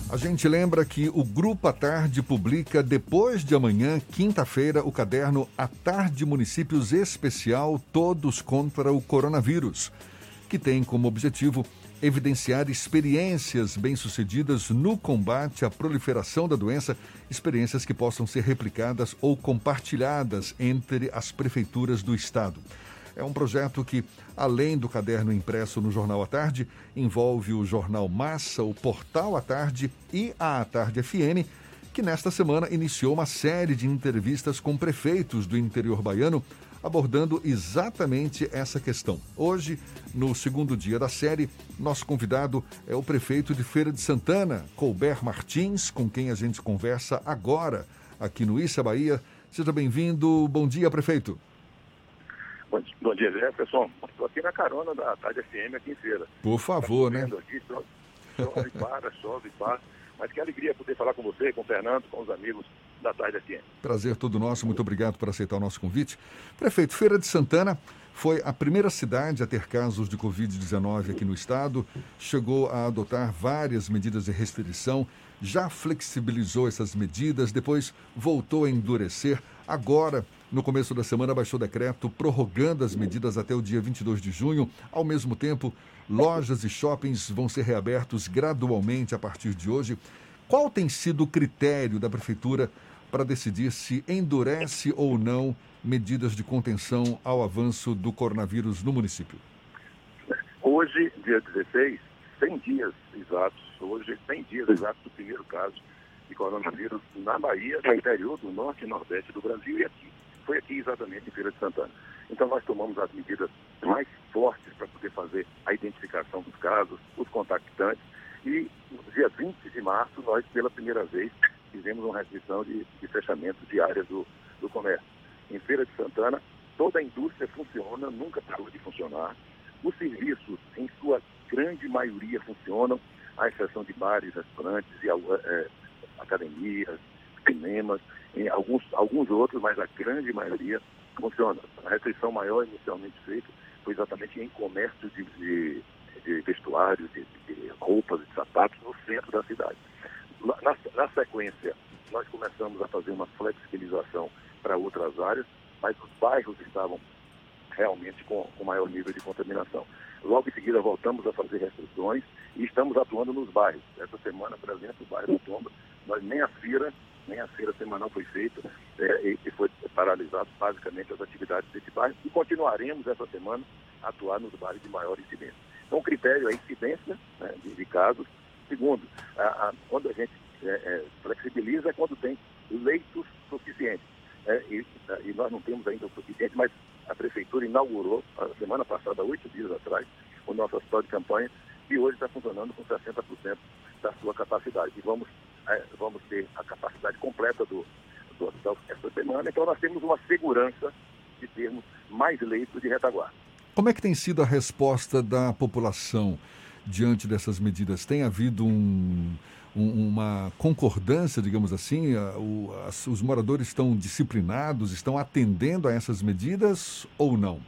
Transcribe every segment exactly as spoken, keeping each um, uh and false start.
A gente lembra que o Grupo à Tarde publica depois de amanhã, quinta-feira, o caderno A Tarde Municípios Especial Todos contra o Coronavírus, que tem como objetivo evidenciar experiências bem-sucedidas no combate à proliferação da doença, experiências que possam ser replicadas ou compartilhadas entre as prefeituras do estado. É um projeto que, além do caderno impresso no Jornal à Tarde, envolve o Jornal Massa, o Portal à Tarde e a À Tarde F M, que nesta semana iniciou uma série de entrevistas com prefeitos do interior baiano, abordando exatamente essa questão. Hoje, no segundo dia da série, nosso convidado é o prefeito de Feira de Santana, Colbert Martins, com quem a gente conversa agora, aqui no Issa Bahia. Seja bem-vindo. Bom dia, prefeito. Bom, bom dia, Jefferson. Estou aqui na carona da Tarde F M aqui em Feira. Por favor, tá né? Aqui, chove, chove, para, chove, para. Mas que alegria poder falar com você, com o Fernando, com os amigos da Tarde F M. Prazer todo nosso, muito obrigado por aceitar o nosso convite. Prefeito, Feira de Santana foi a primeira cidade a ter casos de covid dezenove aqui no estado, chegou a adotar várias medidas de restrição, já flexibilizou essas medidas, depois voltou a endurecer. Agora, no começo da semana, baixou decreto prorrogando as medidas até o dia vinte e dois de junho. Ao mesmo tempo, lojas e shoppings vão ser reabertos gradualmente a partir de hoje. Qual tem sido o critério da Prefeitura para decidir se endurece ou não medidas de contenção ao avanço do coronavírus no município? Hoje, dia dezesseis, cem dias exatos, hoje cem dias exatos do primeiro caso de coronavírus na Bahia, no interior do norte e nordeste do Brasil e aqui. Foi aqui exatamente em Feira de Santana. Então nós tomamos as medidas mais fortes para poder fazer a identificação dos casos, os contactantes, e no dia vinte de março nós pela primeira vez fizemos uma restrição de, de fechamento de áreas do, do comércio. Em Feira de Santana, toda a indústria funciona, nunca parou de funcionar. Os serviços, em sua grande maioria, funcionam, à exceção de bares, restaurantes, e, é, academias, cinemas, em alguns, alguns outros, mas a grande maioria funciona. A restrição maior inicialmente feita foi exatamente em comércio de, de, de vestuário, de, de roupas e de sapatos no centro da cidade. Na, na sequência, nós começamos a fazer uma flexibilização para outras áreas, mas os bairros estavam realmente com, com maior nível de contaminação. Logo em seguida, voltamos a fazer restrições e estamos atuando nos bairros. Essa semana, por exemplo, o bairro do Tomba, nós nem a feira, nem a feira semanal foi feita é, e, e foi paralisado basicamente as atividades desse bairro e continuaremos essa semana a atuar nos bairros de maior incidência. Então, o critério é a incidência, né, de, de casos. Segundo, a, a, quando a gente é, é, flexibiliza é quando tem leitos suficientes. É, e, e nós não temos ainda o suficiente, mas a Prefeitura inaugurou, a semana passada, oito dias atrás, o nosso hospital de campanha, e hoje está funcionando com sessenta por cento da sua capacidade. E vamos, é, vamos ter a capacidade completa do, do hospital esta semana, então nós temos uma segurança de termos mais leitos de retaguarda. Como é que tem sido a resposta da população diante dessas medidas? Tem havido um, um, uma concordância, digamos assim? A, o, as, os moradores estão disciplinados, estão atendendo a essas medidas ou não?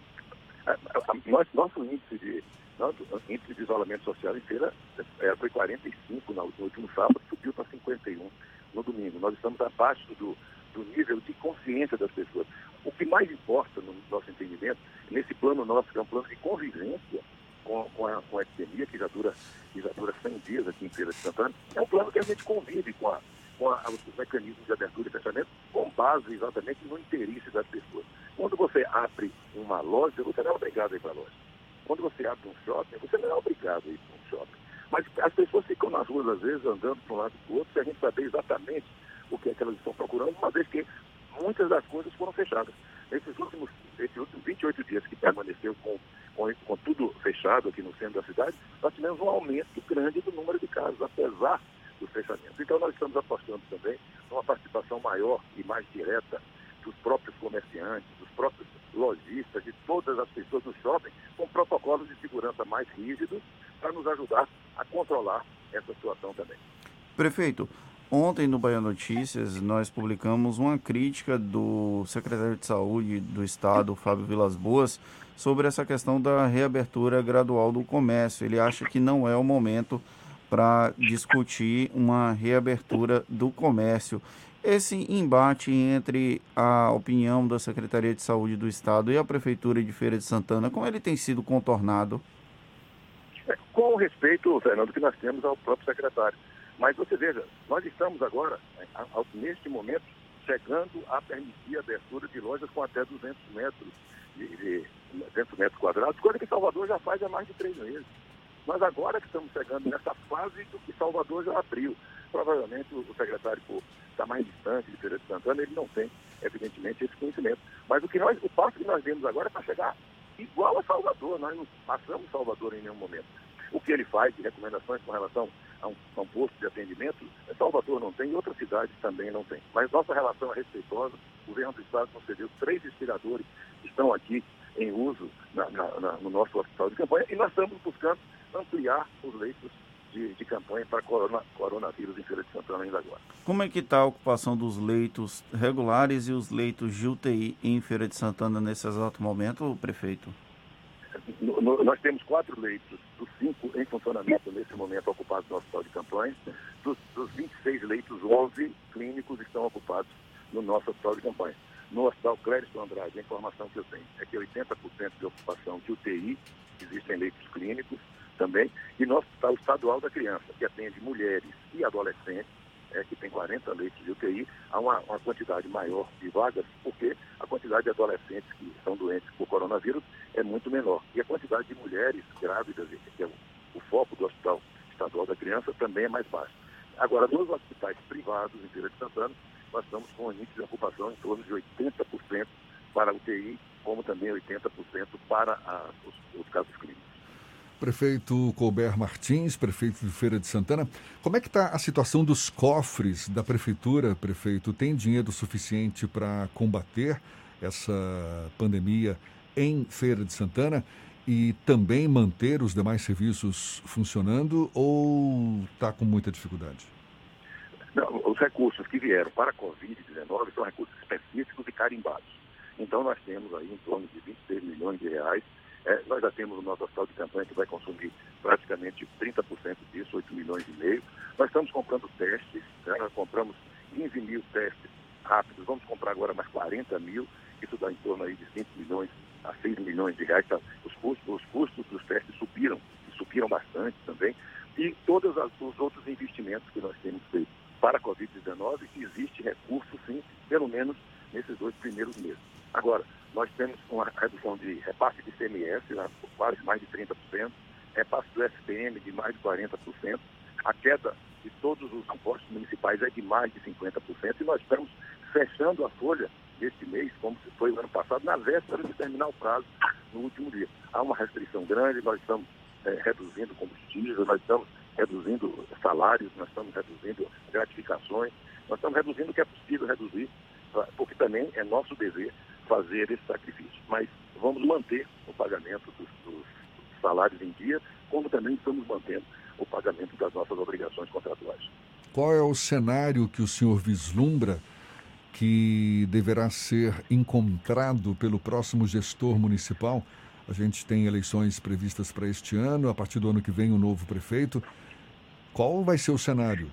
A, a, nosso, nosso índice de, nosso índice de isolamento social em feira é, foi quarenta e cinco no, no último sábado, subiu para cinquenta e um no domingo. Nós estamos abaixo do, do nível de consciência das pessoas. O que mais importa no nosso entendimento, nesse plano nosso, que é um plano de convivência com, com, a, com a epidemia, que já dura, que já dura cem dias aqui em Feira de Santana, é um plano que a gente convive com, a, com a, os mecanismos de abertura e fechamento com base exatamente no interesse das pessoas. Quando você abre uma loja, você não é obrigado a ir para a loja. Quando você abre um shopping, você não é obrigado a ir para um shopping. Mas as pessoas ficam nas ruas, às vezes, andando de um lado para o outro, sem a gente saber exatamente o que é que elas estão procurando, uma vez que muitas das coisas foram fechadas. Esses últimos, esses últimos vinte e oito dias que permaneceu com, com, com tudo fechado aqui no centro da cidade, nós tivemos um aumento grande do número de casos, apesar dos fechamentos. Então nós estamos apostando também numa participação maior e mais direta dos próprios comerciantes, dos próprios lojistas, de todas as pessoas no shopping, com protocolos de segurança mais rígidos para nos ajudar a controlar essa situação também. Prefeito, ontem no Bahia Notícias nós publicamos uma crítica do secretário de Saúde do Estado, Fábio Vilas Boas, sobre essa questão da reabertura gradual do comércio. Ele acha que não é o momento para discutir uma reabertura do comércio. Esse embate entre a opinião da Secretaria de Saúde do Estado e a Prefeitura de Feira de Santana, como ele tem sido contornado? É, com o respeito, Fernando, que nós temos ao próprio secretário. Mas você veja, nós estamos agora, neste momento, chegando a permitir a abertura de lojas com até duzentos metros, de, de duzentos metros quadrados, coisa que Salvador já faz há mais de três meses. Nós agora que estamos chegando nessa fase do que Salvador já abriu. Provavelmente o secretário, por estar mais distante de Feira de Santana, ele não tem, evidentemente, esse conhecimento. Mas o, que nós, o passo que nós demos agora é para chegar igual a Salvador. Nós não passamos Salvador em nenhum momento. O que ele faz de recomendações com relação a um, a um posto de atendimento, Salvador não tem e outras cidades também não tem. Mas nossa relação é respeitosa. O governo do Estado concedeu três respiradores que estão aqui em uso na, na, na, no nosso hospital de campanha e nós estamos buscando ampliar os leitos de, de campanha para corona, coronavírus em Feira de Santana ainda agora. Como é que está a ocupação dos leitos regulares e os leitos de U T I em Feira de Santana nesse exato momento, prefeito? No, no, nós temos quatro leitos, dos cinco em funcionamento nesse momento ocupados no hospital de campanha. Dos, dos vinte e seis leitos, onze clínicos estão ocupados no nosso hospital de campanha. No hospital Clériston Andrade, a informação que eu tenho é que oitenta por cento de ocupação de U T I, existem leitos clínicos também, e no Hospital Estadual da Criança, que atende mulheres e adolescentes, é, que tem quarenta leitos de U T I, há uma, uma quantidade maior de vagas, porque a quantidade de adolescentes que são doentes por coronavírus é muito menor. E a quantidade de mulheres grávidas, que é o, o foco do Hospital Estadual da Criança, também é mais baixa. Agora, nos hospitais privados em Feira de Santana, nós estamos com um índice de ocupação em torno de oitenta por cento para a U T I, como também oitenta por cento para a, os, os casos clínicos. Prefeito Colbert Martins, prefeito de Feira de Santana, como é que está a situação dos cofres da prefeitura, prefeito? Tem dinheiro suficiente para combater essa pandemia em Feira de Santana e também manter os demais serviços funcionando ou está com muita dificuldade? Não, os recursos que vieram para a covid dezenove são recursos específicos e carimbados. Então nós temos aí em torno de vinte e seis milhões de reais. É, nós já temos o nosso hospital de campanha que vai consumir praticamente trinta por cento disso, oito milhões e meio. Nós estamos comprando testes, né? Nós compramos quinze mil testes rápidos, vamos comprar agora mais quarenta mil, isso dá em torno aí de cinco milhões a seis milhões de reais. Tá? Os, custos, os custos dos testes subiram, e subiram bastante também. E todos os outros investimentos que nós temos feito para a covid dezenove, existe recurso, sim, pelo menos nesses dois primeiros meses. Agora, nós temos uma redução de repasse de C M S, né, quase mais de trinta por cento, repasse do S P M de mais de quarenta por cento, a queda de todos os impostos municipais é de mais de cinquenta por cento, e nós estamos fechando a folha deste mês, como se foi o ano passado, na véspera de terminar o prazo no último dia. Há uma restrição grande, nós estamos é, reduzindo combustível, nós estamos reduzindo salários, nós estamos reduzindo gratificações, nós estamos reduzindo o que é possível reduzir, porque também é nosso dever fazer esse sacrifício. Mas vamos manter o pagamento dos, dos salários em dia, como também estamos mantendo o pagamento das nossas obrigações contratuais. Qual é o cenário que o senhor vislumbra que deverá ser encontrado pelo próximo gestor municipal? A gente tem eleições previstas para este ano, a partir do ano que vem o novo prefeito. Qual vai ser o cenário?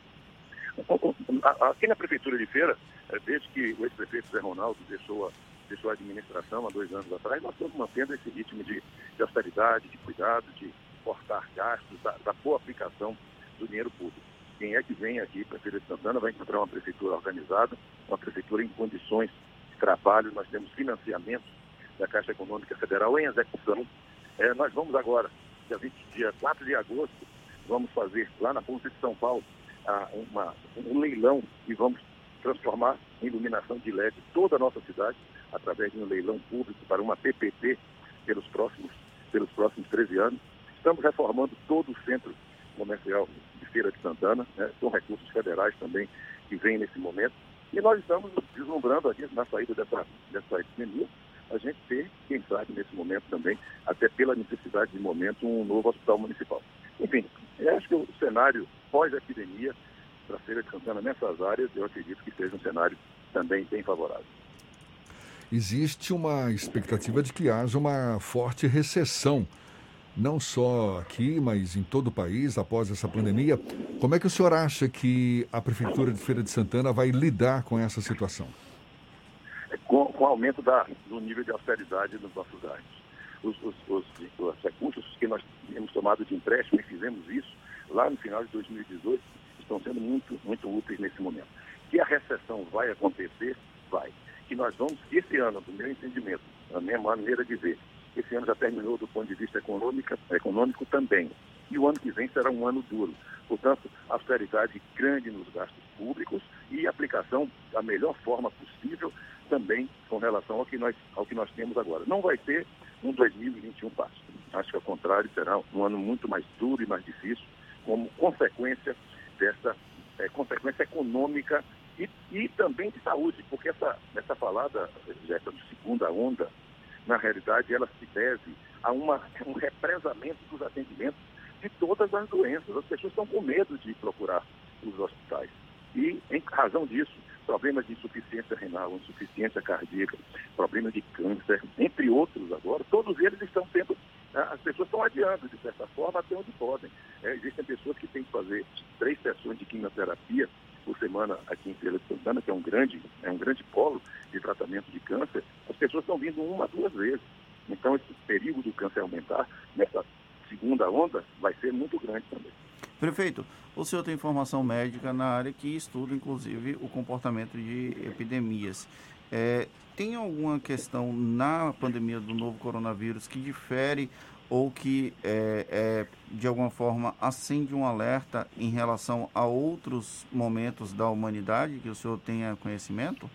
Aqui na Prefeitura de Feira, desde que o ex-prefeito Zé Ronaldo deixou a, deixou a administração há dois anos atrás, nós estamos mantendo esse ritmo de, de austeridade, de cuidado, de cortar gastos, da, da boa aplicação do dinheiro público. Quem é que vem aqui para Feira de Santana vai encontrar uma prefeitura organizada, uma prefeitura em condições de trabalho. Nós temos financiamentos da Caixa Econômica Federal em execução. É, nós vamos agora, dia, vinte, dia quatro de agosto, vamos fazer lá na Bolsa de São Paulo a, uma, um leilão e vamos transformar em iluminação de L E D toda a nossa cidade, através de um leilão público para uma P P P pelos próximos, pelos próximos treze anos. Estamos reformando todo o centro comercial de Feira de Santana, né? São recursos federais também que vêm nesse momento. E nós estamos vislumbrando aqui, na saída dessa, dessa epidemia, a gente ter, quem sabe, nesse momento também, até pela necessidade de momento, um novo hospital municipal. Enfim, eu acho que o cenário pós-epidemia para a Feira de Santana nessas áreas, eu acredito que seja um cenário também bem favorável. Existe uma expectativa de que haja uma forte recessão não só aqui, mas em todo o país, após essa pandemia. Como é que o senhor acha que a Prefeitura de Feira de Santana vai lidar com essa situação? Com, com o aumento da, do nível de austeridade nos nossos áreas. Os, os, os, os recursos que nós temos tomado de empréstimo e fizemos isso lá no final de dois mil e dezoito estão sendo muito, muito úteis nesse momento. Que a recessão vai acontecer, vai. Que nós vamos, esse ano, do meu entendimento, a minha maneira de ver, esse ano já terminou do ponto de vista econômico, econômico também. E o ano que vem será um ano duro. Portanto, austeridade grande nos gastos públicos e aplicação da melhor forma possível também com relação ao que nós, ao que nós temos agora. Não vai ter um dois mil e vinte e um fácil. Acho que, ao contrário, será um ano muito mais duro e mais difícil, como consequência dessa é, consequência econômica e, e também de saúde, porque essa, essa falada, essa segunda onda, na realidade, ela se deve a uma, um represamento dos atendimentos de todas as doenças. As pessoas estão com medo de procurar os hospitais. E, em razão disso, problemas de insuficiência renal, insuficiência cardíaca, problemas de câncer, entre outros agora, todos eles estão sendo, as pessoas estão adiando, de certa forma, até onde podem. É, existem pessoas que têm que fazer três sessões de quimioterapia por semana aqui em Feira de Santana, que é um grande, é um grande polo de tratamento de câncer. As pessoas estão vindo uma, duas vezes. Então, esse perigo do câncer aumentar nessa segunda onda vai ser muito grande também. Prefeito, o senhor tem formação médica na área que estuda, inclusive, o comportamento de epidemias. É, tem alguma questão na pandemia do novo coronavírus que difere ou que, é, é, de alguma forma, acende um alerta em relação a outros momentos da humanidade que o senhor tenha conhecimento?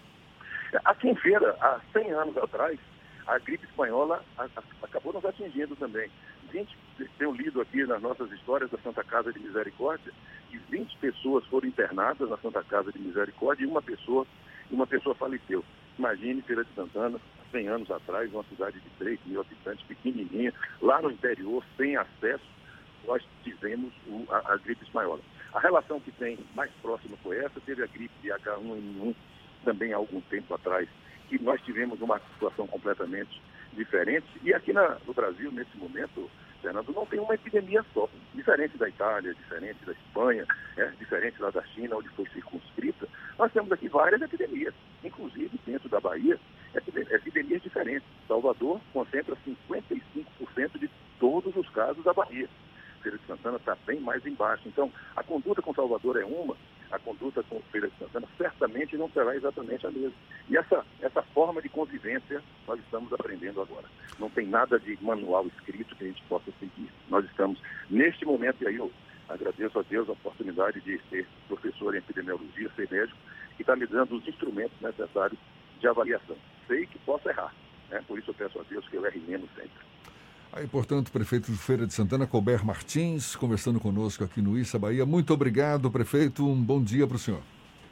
Aqui em Feira, há cem anos atrás, a gripe espanhola a, a, acabou nos atingindo também. vinte, tenho lido aqui nas nossas histórias da Santa Casa de Misericórdia, que vinte pessoas foram internadas na Santa Casa de Misericórdia e uma pessoa, uma pessoa faleceu. Imagine Feira de Santana, cem anos atrás, uma cidade de três mil habitantes, pequenininha, lá no interior, sem acesso, nós tivemos o, a, a gripe espanhola. A relação que tem mais próxima foi essa, teve a gripe de H um N um também há algum tempo atrás, que nós tivemos uma situação completamente diferente. E aqui na, no Brasil, nesse momento, Fernando, não tem uma epidemia só. Diferente da Itália, diferente da Espanha, é, diferente lá da China, onde foi circunscrita, nós temos aqui várias epidemias. Inclusive, dentro da Bahia, epidemias diferentes. Salvador concentra cinquenta e cinco por cento de todos os casos da Bahia. Feira de Santana está bem mais embaixo. Então, a conduta com Salvador é uma, a conduta com Feira de Santana certamente não será exatamente a mesma. E essa, essa forma de convivência nós estamos aprendendo agora. Não tem nada de manual escrito que a gente possa seguir. Nós estamos, neste momento, e aí eu agradeço a Deus a oportunidade de ser professor em epidemiologia, ser médico, que está me dando os instrumentos necessários de avaliação. Sei que posso errar, né? Por isso eu peço a Deus que eu erre menos sempre. Aí, portanto, prefeito de Feira de Santana, Colbert Martins, conversando conosco aqui no Issa Bahia. Muito obrigado, prefeito. Um bom dia para o senhor.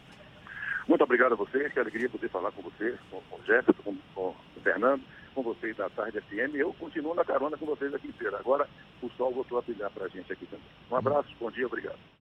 Muito obrigado a você. Que alegria poder falar com você, com o Jefferson, com, com o Fernando, com vocês da Tarde F M. Eu continuo na carona com vocês aqui em Feira. Agora o sol voltou a brilhar para a gente aqui também. Um abraço, bom dia, obrigado.